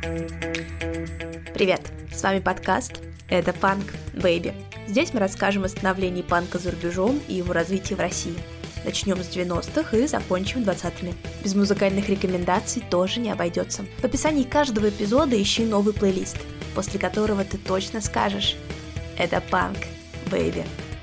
Привет, с вами подкаст «Это Панк, Бэйби». Здесь мы расскажем о становлении панка за рубежом и его развитии в России. Начнем с 90-х и закончим 20-ми. Без музыкальных рекомендаций тоже не обойдется. В описании каждого эпизода ищи новый плейлист, после которого ты точно скажешь «Это панк, бэйби».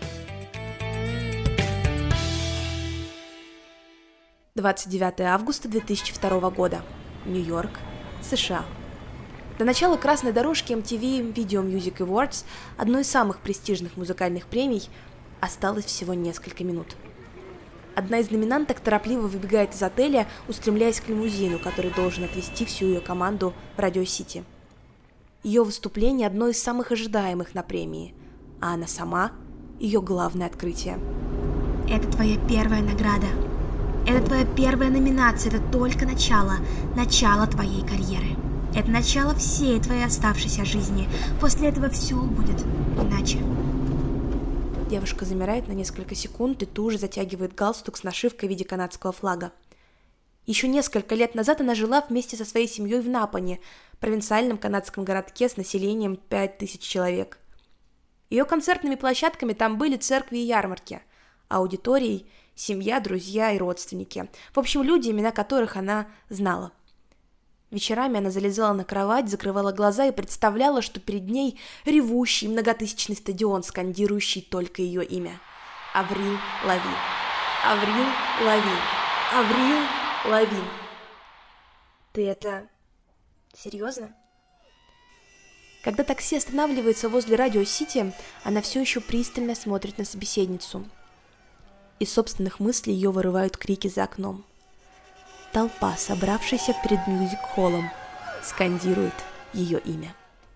29 августа 2002 года. Нью-Йорк, США. До начала красной дорожки MTV Video Music Awards, одной из самых престижных музыкальных премий, осталось всего несколько минут. Одна из номинанток торопливо выбегает из отеля, устремляясь к лимузину, который должен отвезти всю ее команду в Радио Сити. Ее выступление одно из самых ожидаемых на премии, а она сама – ее главное открытие. Это твоя первая награда. Это твоя первая номинация, это только начало твоей карьеры. Это начало всей твоей оставшейся жизни. После этого все будет иначе. Девушка замирает на несколько секунд и тут же затягивает галстук с нашивкой в виде канадского флага. Еще несколько лет назад она жила вместе со своей семьей в Напане, провинциальном канадском городке с населением 5000 человек. Ее концертными площадками там были церкви и ярмарки, а аудиторией – семья, друзья и родственники. В общем, люди, имена которых она знала. Вечерами она залезала на кровать, закрывала глаза и представляла, что перед ней ревущий многотысячный стадион, скандирующий только ее имя. Аврил Лавин. Аврил Лавин. Аврил Лавин. Ты это серьезно? Когда такси останавливается возле Радио Сити, она все еще пристально смотрит на собеседницу. Из собственных мыслей ее вырывают крики за окном. Толпа, собравшаяся перед мьюзик-холлом, скандирует ее имя.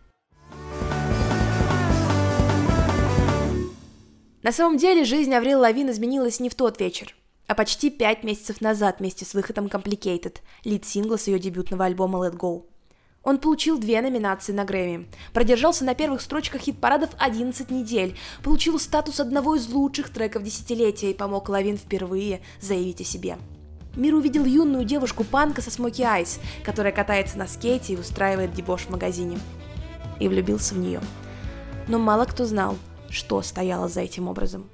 На самом деле, жизнь Аврил Лавин изменилась не в тот вечер, а почти 5 месяцев назад вместе с выходом Complicated, лид-сингла с ее дебютного альбома Let Go. Он получил 2 номинации на Грэмми, продержался на первых строчках хит-парадов 11 недель, получил статус одного из лучших треков десятилетия и помог Лавин впервые заявить о себе. Мир увидел юную девушку-панка со Смоки Айс, которая катается на скейте и устраивает дебош в магазине. И влюбился в нее. Но мало кто знал, что стояло за этим образом.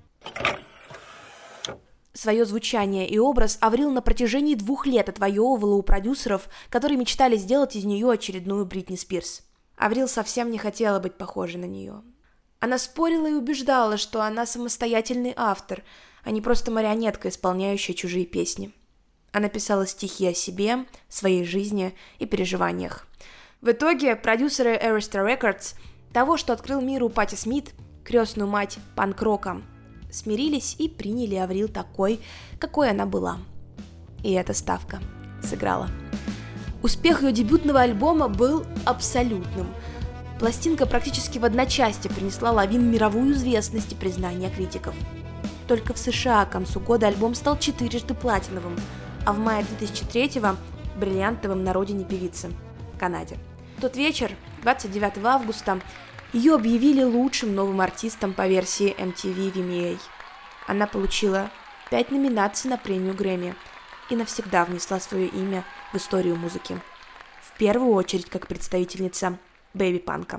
Свое звучание и образ Аврил на протяжении 2 лет отвоевывала у продюсеров, которые мечтали сделать из нее очередную Бритни Спирс. Аврил совсем не хотела быть похожей на нее. Она спорила и убеждала, что она самостоятельный автор, а не просто марионетка, исполняющая чужие песни. Она писала стихи о себе, своей жизни и переживаниях. В итоге продюсеры Arista Records, того, что открыл миру Патти Смит, крестную мать панк-рока, смирились и приняли Аврил такой, какой она была. И эта ставка сыграла. Успех ее дебютного альбома был абсолютным. Пластинка практически в одночасье принесла Лавин мировую известность и признание критиков. Только в США к концу года альбом стал 4-dy платиновым, а в мае 2003-го – бриллиантовым на родине певицы – в Канаде. В тот вечер, 29 августа, ее объявили лучшим новым артистом по версии MTV VMA. Она получила 5 номинаций на премию Грэмми и навсегда внесла свое имя в историю музыки. В первую очередь как представительница бэйби-панка.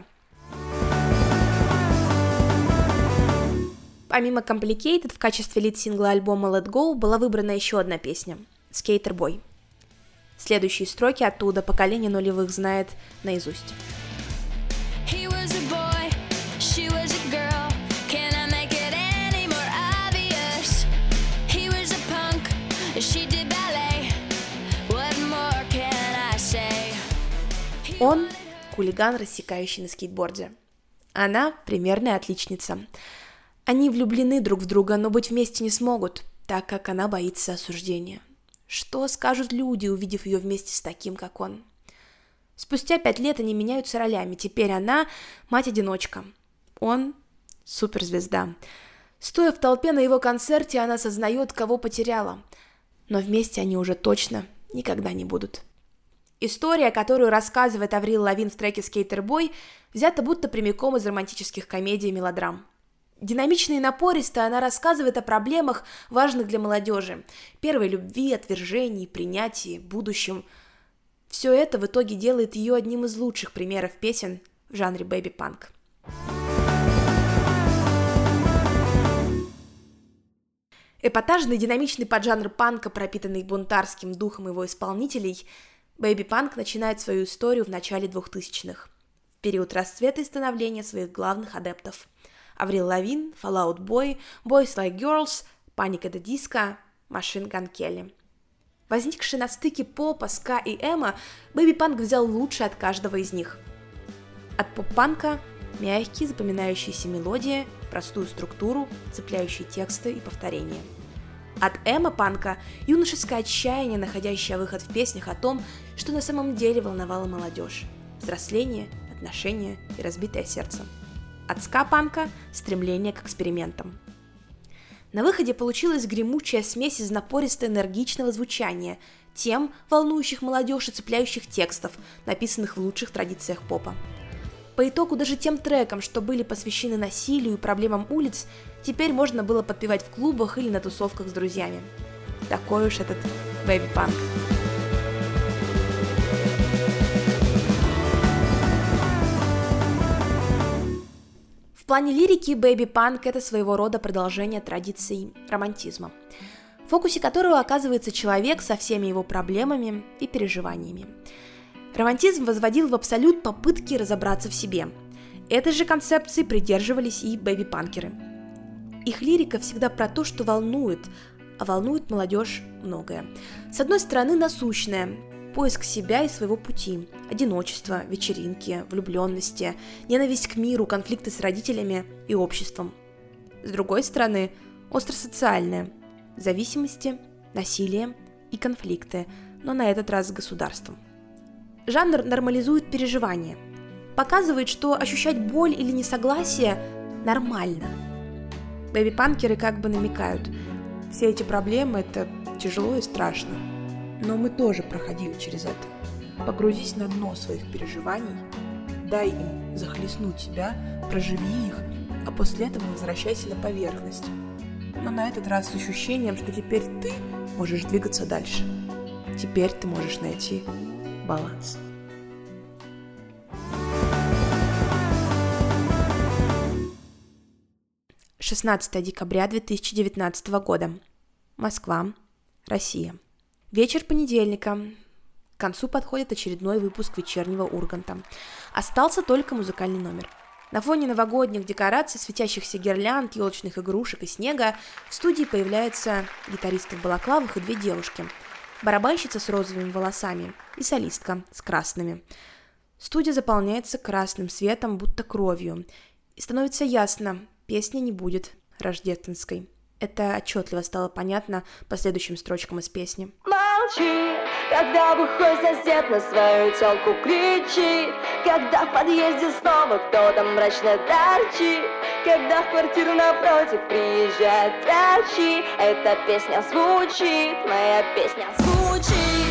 Помимо Complicated, в качестве лид-сингла альбома Let Go была выбрана еще одна песня – Skater Boy. Следующие строки оттуда поколение нулевых знает наизусть. Он – хулиган, рассекающий на скейтборде. Она – примерная отличница. Они влюблены друг в друга, но быть вместе не смогут, так как она боится осуждения. Что скажут люди, увидев ее вместе с таким, как он? Спустя 5 лет они меняются ролями. Теперь она – мать-одиночка. Он – суперзвезда. Стоя в толпе на его концерте, она осознает, кого потеряла. Но вместе они уже точно никогда не будут. История, которую рассказывает Аврил Лавин в треке «Skater Boy», взята будто прямиком из романтических комедий и мелодрам. Динамично и напористо она рассказывает о проблемах, важных для молодежи. Первой любви, отвержении, принятии, будущем. Все это в итоге делает ее одним из лучших примеров песен в жанре бэби-панк. Эпатажный, динамичный поджанр панка, пропитанный бунтарским духом его исполнителей, бэби-панк начинает свою историю в начале 2000-х, в период расцвета и становления своих главных адептов – Аврил Лавин, Fall Out Boy, Boys Like Girls, Panic! At the Disco, Machine Gun Kelly. Возникший на стыке попа, ска и эмо, бэби-панк взял лучшее от каждого из них. От поп-панка – мягкие, запоминающиеся мелодии, простую структуру, цепляющие тексты и повторения. От эмо-панка – юношеское отчаяние, находящее выход в песнях о том, что на самом деле волновало молодежь – взросление, отношения и разбитое сердце. От ска-панка – стремление к экспериментам. На выходе получилась гремучая смесь из напористо-энергичного звучания, тем, волнующих молодежь и цепляющих текстов, написанных в лучших традициях попа. По итогу даже тем трекам, что были посвящены насилию и проблемам улиц, теперь можно было подпевать в клубах или на тусовках с друзьями. Такой уж этот бэби-панк. В плане лирики бэби-панк – это своего рода продолжение традиций романтизма, в фокусе которого оказывается человек со всеми его проблемами и переживаниями. Романтизм возводил в абсолют попытки разобраться в себе. Этой же концепции придерживались и бэби-панкеры. Их лирика всегда про то, что волнует, а волнует молодежь многое. С одной стороны, насущное – поиск себя и своего пути, одиночество, вечеринки, влюбленности, ненависть к миру, конфликты с родителями и обществом. С другой стороны, остросоциальное – зависимости, насилие и конфликты, но на этот раз с государством. Жанр нормализует переживания, показывает, что ощущать боль или несогласие нормально. Бэби-панкеры как бы намекают, все эти проблемы – это тяжело и страшно. Но мы тоже проходили через это. Погрузись на дно своих переживаний, дай им захлестнуть тебя, проживи их, а после этого возвращайся на поверхность. Но на этот раз с ощущением, что теперь ты можешь двигаться дальше. Теперь ты можешь найти баланс. — 16 декабря 2019 года. Москва, Россия. Вечер понедельника. К концу подходит очередной выпуск вечернего Урганта. Остался только музыкальный номер. На фоне новогодних декораций, светящихся гирлянд, елочных игрушек и снега в студии появляются гитаристы в балаклавах и две девушки. Барабанщица с розовыми волосами и солистка с красными. Студия заполняется красным светом, будто кровью. И становится ясно, песня не будет рождественской. Это отчетливо стало понятно по следующим строчкам из песни. Молчи, когда бухой сосед на свою тёлку кричит, когда в подъезде снова кто-то мрачно торчит, когда в квартиру напротив приезжают врачи. Эта песня звучит, моя песня звучит.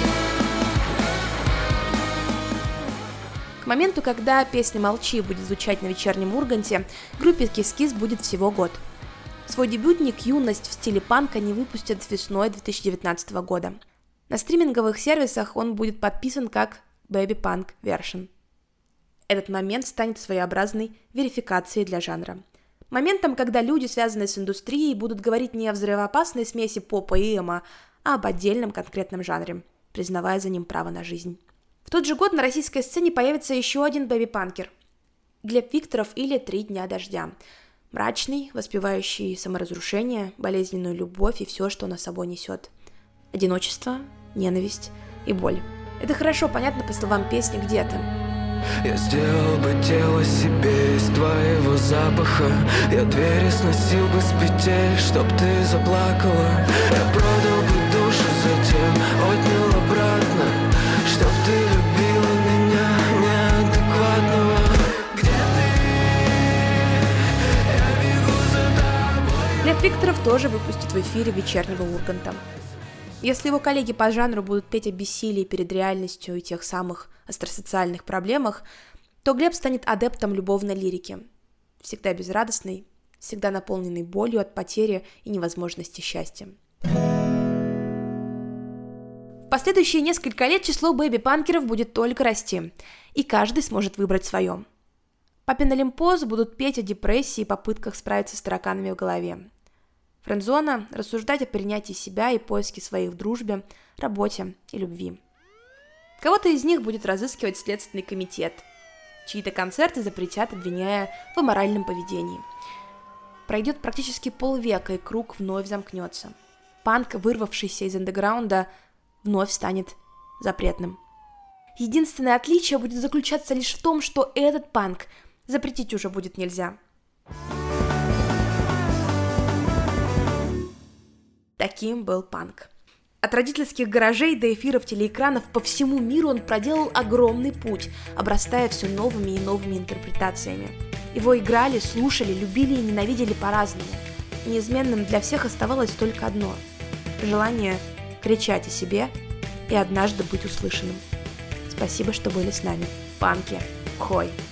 К моменту, когда песня «Молчи» будет звучать на вечернем Урганте, группе Кис-Кис будет всего год. Свой дебютник «Юность» в стиле панка они выпустят весной 2019 года. На стриминговых сервисах он будет подписан как Baby Punk Version. Этот момент станет своеобразной верификацией для жанра. Моментом, когда люди, связанные с индустрией, будут говорить не о взрывоопасной смеси попа и эмо, а об отдельном конкретном жанре, признавая за ним право на жизнь. В тот же год на российской сцене появится еще один бэби-панкер – Глеб Викторов или «Три дня дождя». Мрачный, воспевающий саморазрушение, болезненную любовь и все, что она собой несет. Одиночество, ненависть и боль. Это хорошо понятно по словам песни «Где ты?». Я сделал бы тело себе из твоего запаха. Я двери сносил бы с петель, чтоб ты заплакала. Я продал бы душу, затем отнял обратно, чтоб ты любила меня неадекватного. Глеб Викторов тоже выпустит в эфире вечернего Урганта. Если его коллеги по жанру будут петь о бессилии перед реальностью и тех самых остросоциальных проблемах, то Глеб станет адептом любовной лирики. Всегда безрадостной, всегда наполненной болью от потери и невозможности счастья. В последующие несколько лет число бэби-панкеров будет только расти, и каждый сможет выбрать свое. Папин Олимпос будут петь о депрессии и попытках справиться с тараканами в голове. Френдзона – рассуждать о принятии себя и поиске своих в дружбе, работе и любви. Кого-то из них будет разыскивать Следственный комитет. Чьи-то концерты запретят, обвиняя в аморальном поведении. Пройдет практически полвека, и круг вновь замкнется. Панк, вырвавшийся из андеграунда, вновь станет запретным. Единственное отличие будет заключаться лишь в том, что этот панк запретить уже будет нельзя. Таким был панк. От родительских гаражей до эфиров телеэкранов по всему миру он проделал огромный путь, обрастая все новыми и новыми интерпретациями. Его играли, слушали, любили и ненавидели по-разному. Неизменным для всех оставалось только одно – желание кричать о себе и однажды быть услышанным. Спасибо, что были с нами. Панки. Хой.